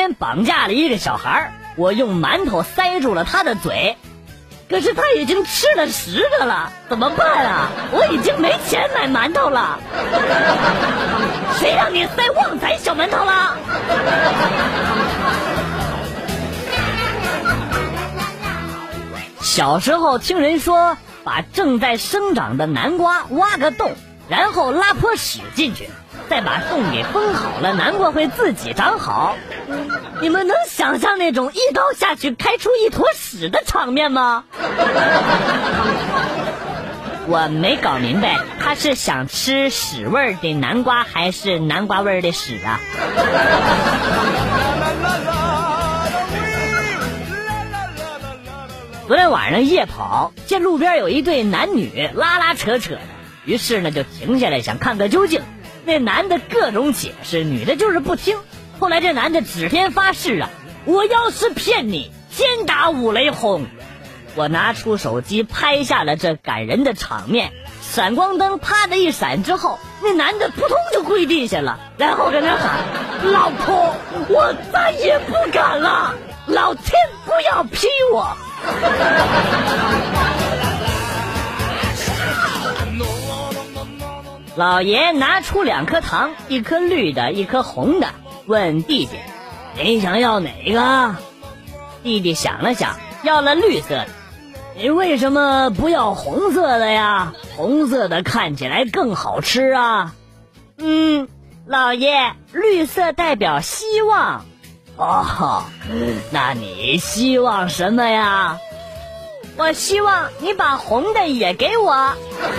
天绑架了一个小孩，我用馒头塞住了他的嘴，可是他已经吃了10个了，怎么办啊？我已经没钱买馒头了。谁让你塞旺仔小馒头了？小时候听人说，把正在生长的南瓜挖个洞，然后拉泼屎进去，再把洞给封好了，南瓜会自己长好。你们能想象那种一刀下去开出一坨屎的场面吗？我没搞明白，他是想吃屎味儿的南瓜还是南瓜味儿的屎啊？昨天晚上夜跑，见路边有一对男女拉拉扯扯的，于是呢就停下来想看个究竟。那男的各种解释，女的就是不听。后来这男的指天发誓啊，我要是骗你，天打五雷轰。我拿出手机拍下了这感人的场面，闪光灯啪的一闪之后，那男的扑通就跪地下了，然后跟那喊：老婆，我再也不敢了，老天不要劈我。老爷拿出2颗糖，一颗绿的，一颗红的，问弟弟：你想要哪个？弟弟想了想，要了绿色的。你为什么不要红色的呀？红色的看起来更好吃啊。老爷，绿色代表希望。哦，那你希望什么呀？我希望你把红的也给我。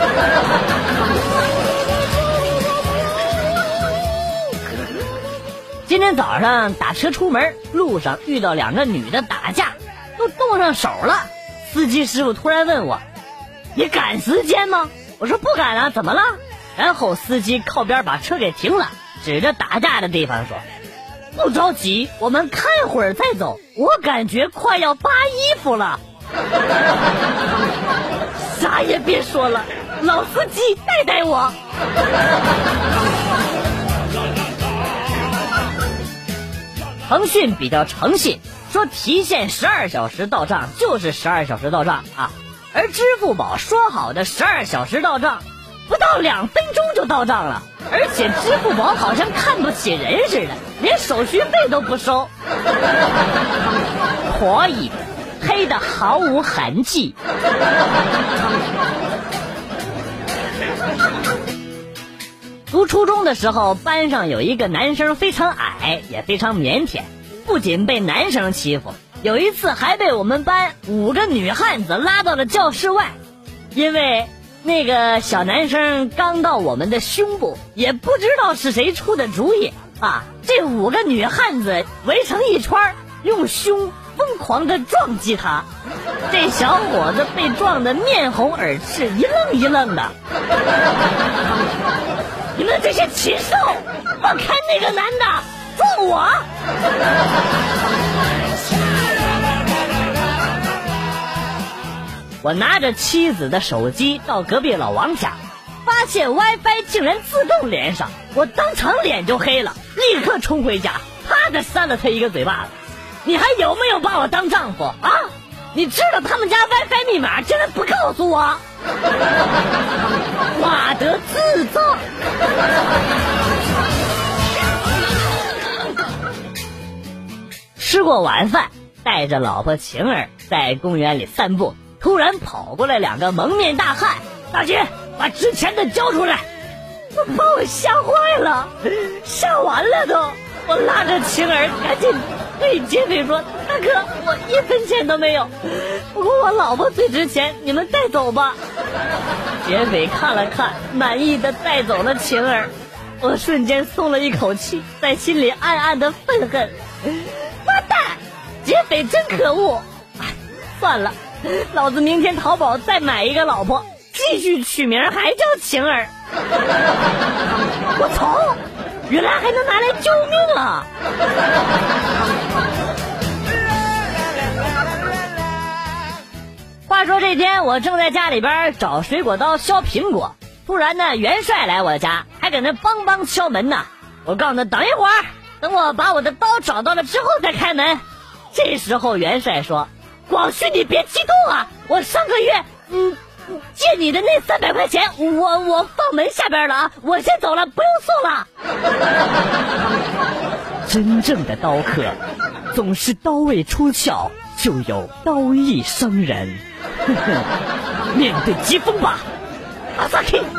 今天早上打车出门，路上遇到2个女的打架，都动上手了。司机师傅突然问我：你赶时间吗？我说不赶啊，怎么了？然后司机靠边把车给停了，指着打架的地方说：不着急，我们看会儿再走，我感觉快要扒衣服了。啥也别说了，老司机带我。腾讯比较诚信，说提现12小时到账就是12小时到账啊，而支付宝说好的12小时到账，不到2分钟就到账了，而且支付宝好像看不起人似的，连手续费都不收。可以，黑的毫无痕迹。读初中的时候，班上有一个男生非常矮，也非常腼腆，不仅被男生欺负，有一次还被我们班5个女汉子拉到了教室外。因为那个小男生刚到我们的胸部，也不知道是谁出的主意啊，这5个女汉子围成一圈，用胸疯狂地撞击他。这小伙子被撞得面红耳赤，一愣一愣的。你们这些禽兽，放开那个男的，撞我！我拿着妻子的手机到隔壁老王家，发现 WiFi 竟然自动连上，我当场脸就黑了，立刻冲回家，啪的扇了他一个嘴巴子。你还有没有把我当丈夫啊？你知道他们家 WiFi 密码，竟然不告诉我！妈的智障！吃过晚饭，带着老婆晴儿在公园里散步，突然跑过来2个蒙面大汉：大姐，把值钱的交出来！把我吓坏了，吓完了都。我拉着晴儿赶紧对劫匪说：大哥，我1分钱都没有，不过我老婆最值钱，你们带走吧。劫匪看了看，满意的带走了晴儿。我瞬间松了一口气，在心里暗暗的愤恨：妈蛋，劫匪真可恶！算了，老子明天淘宝再买一个老婆，继续取名还叫晴儿。我操，原来还能拿来救命啊！话说这天我正在家里边找水果刀削苹果，突然呢元帅来我家，还搁那梆梆敲门呢。我告诉他等一会儿， 等我把我的刀找到了之后再开门。这时候元帅说，广旭你别激动啊，我上个月借你的那300块钱我放门下边了啊，我先走了，不用送了。真正的刀客总是刀未出鞘就有刀意伤人。面对疾风吧，阿萨 K。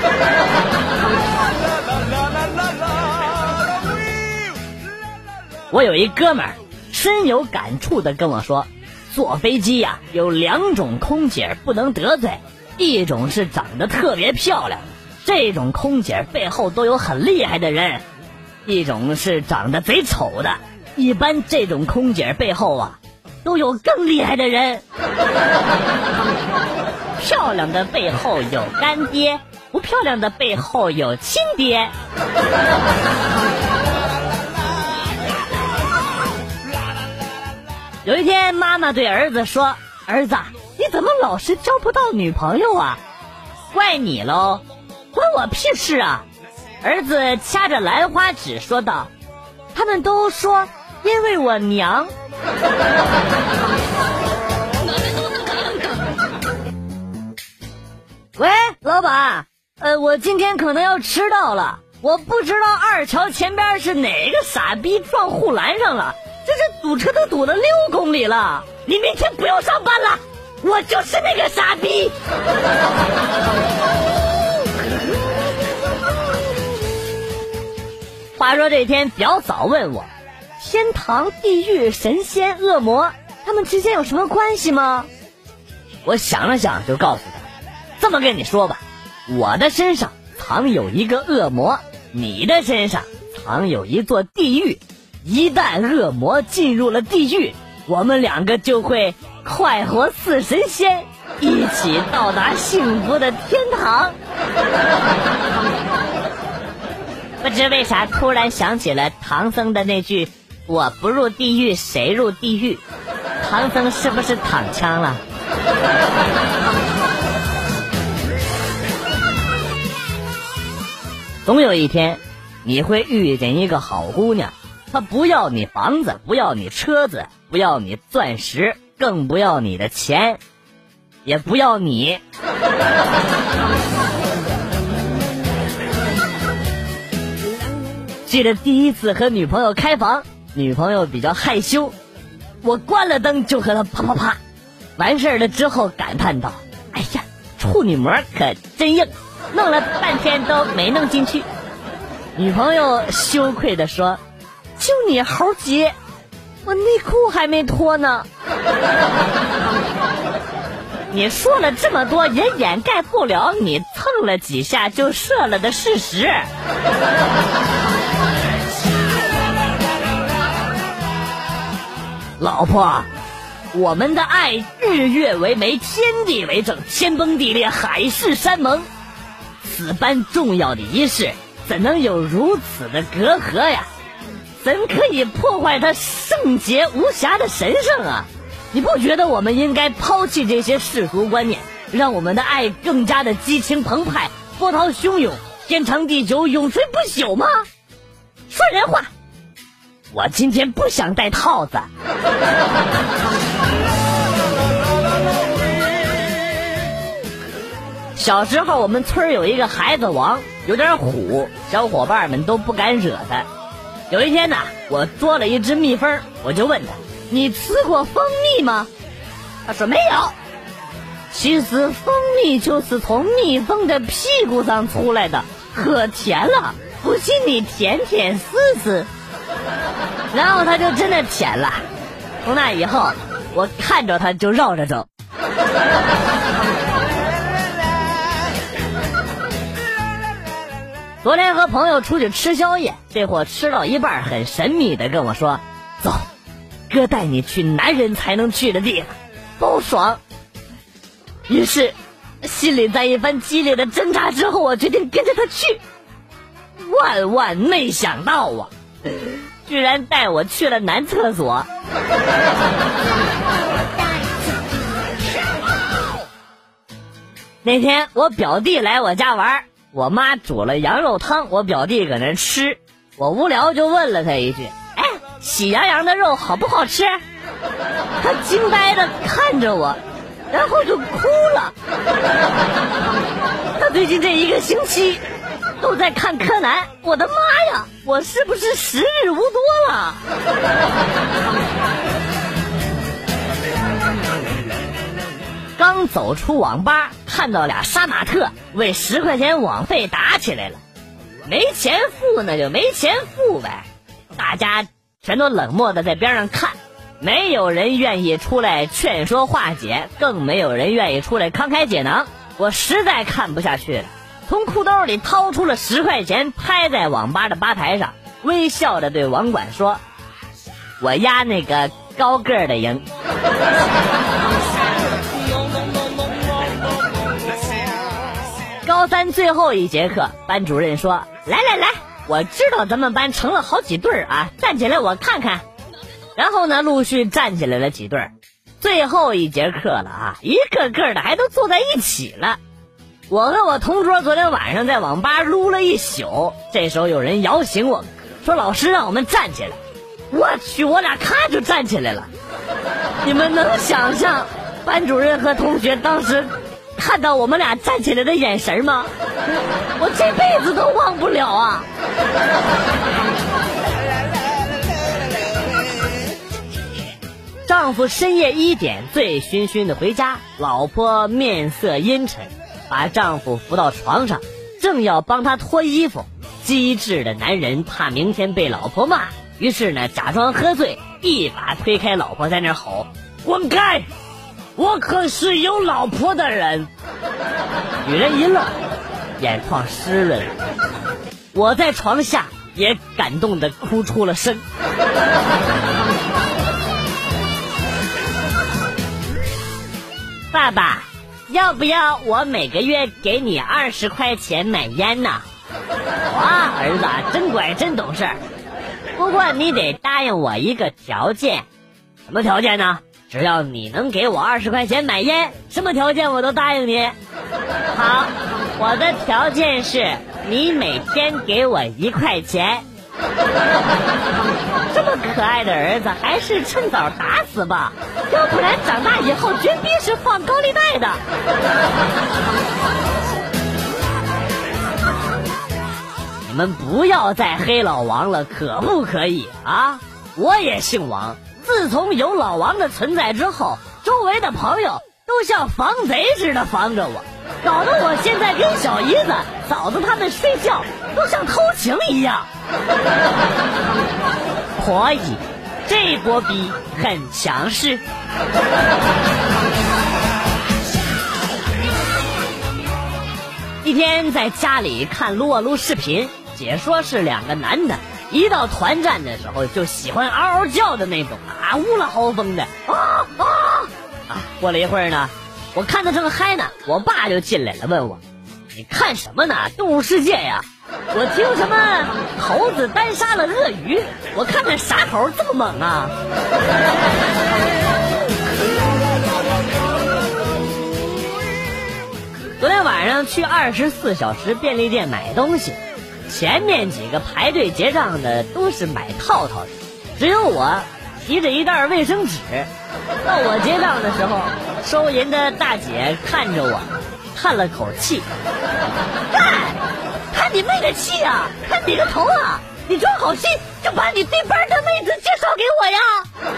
我有一哥们儿深有感触的跟我说，坐飞机呀，有2种空姐不能得罪，一种是长得特别漂亮，这种空姐背后都有很厉害的人；一种是长得贼丑的，一般这种空姐背后啊都有更厉害的人。漂亮的背后有干爹，不漂亮的背后有亲爹。有一天妈妈对儿子说，儿子你怎么老是交不到女朋友啊？怪你喽。关我屁事啊。儿子掐着兰花指说道，他们都说因为我娘。喂，老板，我今天可能要迟到了，我不知道2桥前边是哪个傻逼撞护栏上了，这堵车都堵了6公里了，你明天不用上班了，我就是那个傻逼。话说这天表嫂问我，天堂、地狱、神仙、恶魔，他们之间有什么关系吗？我想了想就告诉他，这么跟你说吧，我的身上藏有一个恶魔，你的身上藏有一座地狱，一旦恶魔进入了地狱，我们2个就会快活似神仙，一起到达幸福的天堂。不知为啥突然想起了唐僧的那句，我不入地狱谁入地狱，唐僧是不是躺枪了？总有一天你会遇见一个好姑娘，她不要你房子，不要你车子，不要你钻石，更不要你的钱，也不要你。记得第一次和女朋友开房，女朋友比较害羞，我关了灯就和她啪啪啪，完事了之后感叹道，哎呀，处女膜可真硬，弄了半天都没弄进去。女朋友羞愧地说，就你猴急，我内裤还没脱呢。你说了这么多也掩盖不了你蹭了几下就射了的事实。老婆，我们的爱日月为媒，天地为证，天崩地裂，海誓山盟，此般重要的仪式怎能有如此的隔阂呀？怎可以破坏它圣洁无瑕的神圣啊？你不觉得我们应该抛弃这些世俗观念，让我们的爱更加的激情澎湃，波涛汹涌，天长地久，永垂不朽吗？说人话，我今天不想戴套子。小时候我们村有一个孩子王，有点虎，小伙伴们都不敢惹他。有一天呢，我捉了一只蜜蜂，我就问他，你吃过蜂蜜吗？他说没有。其实蜂蜜就是从蜜蜂的屁股上出来的，可甜了，不信你舔舔试试。然后他就真的舔了，从那以后我看着他就绕着走。昨天和朋友出去吃宵夜，这货吃到一半很神秘的跟我说，走，哥带你去男人才能去的地方，多爽。于是心里在一番激烈的挣扎之后，我决定跟着他去。万万没想到啊，居然带我去了男厕所。那天我表弟来我家玩，我妈煮了羊肉汤，我表弟搁那吃， 我无聊就问了他一句：“哎，喜羊羊的肉好不好吃？”他惊呆地看着我，然后就哭了。他最近这1个星期都在看柯南，我的妈呀，我是不是时日无多了？刚走出网吧，看到俩杀马特为10块钱网费打起来了，没钱付那就没钱付呗，大家全都冷漠的在边上看，没有人愿意出来劝说化解，更没有人愿意出来慷慨解囊。我实在看不下去了，从裤兜里掏出了10块钱，拍在网吧的吧台上，微笑着对网管说：“我压那个高个儿的赢。”高3最后一节课，班主任说：“来，我知道咱们班成了好几对啊，站起来我看看。”然后呢，陆续站起来了几对。最后一节课了啊，一个个的还都坐在一起了。我和我同桌昨天晚上在网吧撸了一宿，这时候有人摇醒我，说老师让我们站起来。我去，我俩咔就站起来了。你们能想象班主任和同学当时看到我们俩站起来的眼神吗？我这辈子都忘不了啊。丈夫深夜1点醉醺醺的回家，老婆面色阴沉，把丈夫扶到床上，正要帮他脱衣服。机智的男人怕明天被老婆骂，于是呢假装喝醉，一把推开老婆，在那吼：“滚开！我可是有老婆的人。”女人一愣，眼眶湿润了。我在床下也感动地哭出了声。爸爸，要不要我每个月给你20块钱买烟呢？哇，儿子真乖真懂事。不过你得答应我一个条件。什么条件呢？只要你能给我20块钱买烟，什么条件我都答应你。好，我的条件是你每天给我1块钱。这么可爱的儿子，还是趁早打死吧，要不然长大以后绝逼是放高利贷的。你们不要再黑老王了，可不可以啊？我也姓王，自从有老王的存在之后，周围的朋友都像防贼似的防着我，搞得我现在跟小姨子、嫂子他们睡觉都像偷情一样。可以，这波逼很强势。一天在家里看撸啊撸视频，解说是2个男的，一到团战的时候就喜欢嗷嗷叫的那种啊，乌了嚎风的啊。过了一会儿呢，我看他正嗨呢，我爸就进来了，问我：“你看什么呢？动物世界呀？我听什么猴子单杀了鳄鱼，我看看啥猴这么猛啊？”昨天晚上去24小时便利店买东西，前面几个排队结账的都是买套套的，只有我提着一袋卫生纸。到我结账的时候，收银的大姐看着我，叹了口气：“看你妹个气啊！看你个头啊！你装好心就把你对班的妹子介绍给我呀！”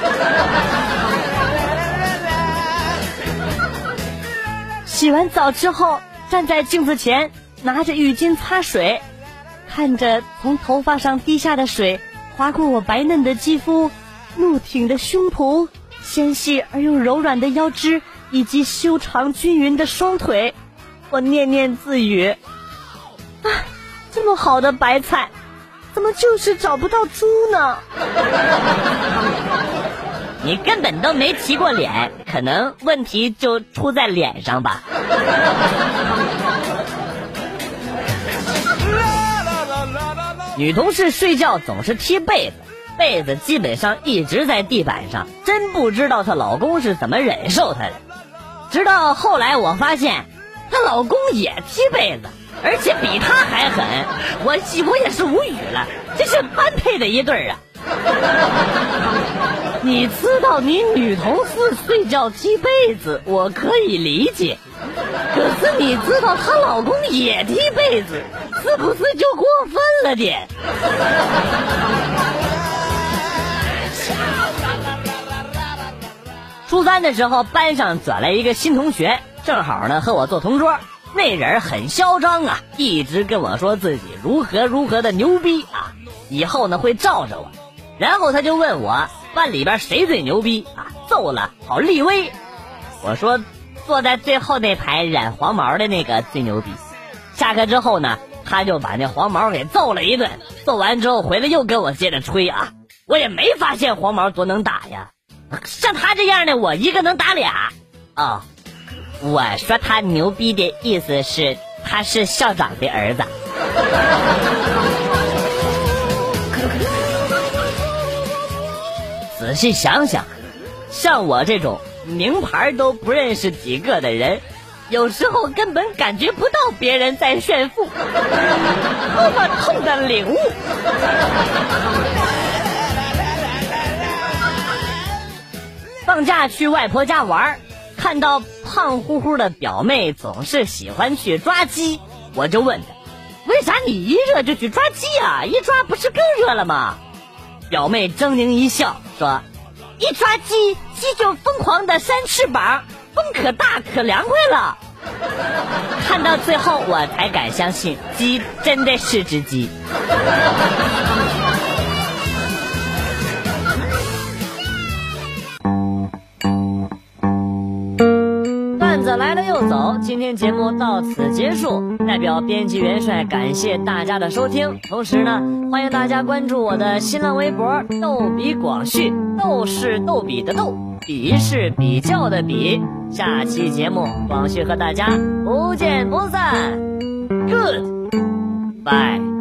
洗完澡之后，站在镜子前，拿着浴巾擦水，看着从头发上滴下的水划过我白嫩的肌肤，怒挺的胸脯，纤细而又柔软的腰肢，以及修长均匀的双腿，我念念自语：这么好的白菜，怎么就是找不到猪呢？你根本都没提过脸，可能问题就出在脸上吧。女同事睡觉总是踢被子，被子基本上一直在地板上，真不知道她老公是怎么忍受她的。直到后来我发现她老公也踢被子，而且比她还狠，我也是无语了，这是配的一对啊。你知道你女同事睡觉踢被子我可以理解，可是你知道她老公也踢被子，是不是就过分了点？初三的时候，班上转来一个新同学，正好呢和我做同桌。那人很嚣张啊，一直跟我说自己如何的牛逼啊，以后呢会罩着我。然后他就问我班里边谁最牛逼啊，揍了好立威。我说坐在最后那排染黄毛的那个最牛逼。下课之后呢，他就把那黄毛给揍了一顿，揍完之后回来又跟我接着吹啊。我也没发现黄毛多能打呀，像他这样的我一个能打俩。哦，我说他牛逼的意思是他是校长的儿子。仔细想想，像我这种名牌都不认识几个的人，有时候根本感觉不到别人在炫富，多么痛的领悟。放假去外婆家玩，看到胖乎乎的表妹总是喜欢去抓鸡，我就问她，为啥你一热就去抓鸡啊？一抓不是更热了吗？表妹狰狞一笑说，一抓鸡，鸡就疯狂的扇翅膀，风可大可凉快了。看到最后我才敢相信，鸡真的是只鸡。段子来了又走，今天节目到此结束，代表编辑元帅感谢大家的收听，同时呢，欢迎大家关注我的新浪微博逗比广旭，逗是逗比的逗，比是比较的比。下期节目广旭和大家不见不散 ，Goodbye。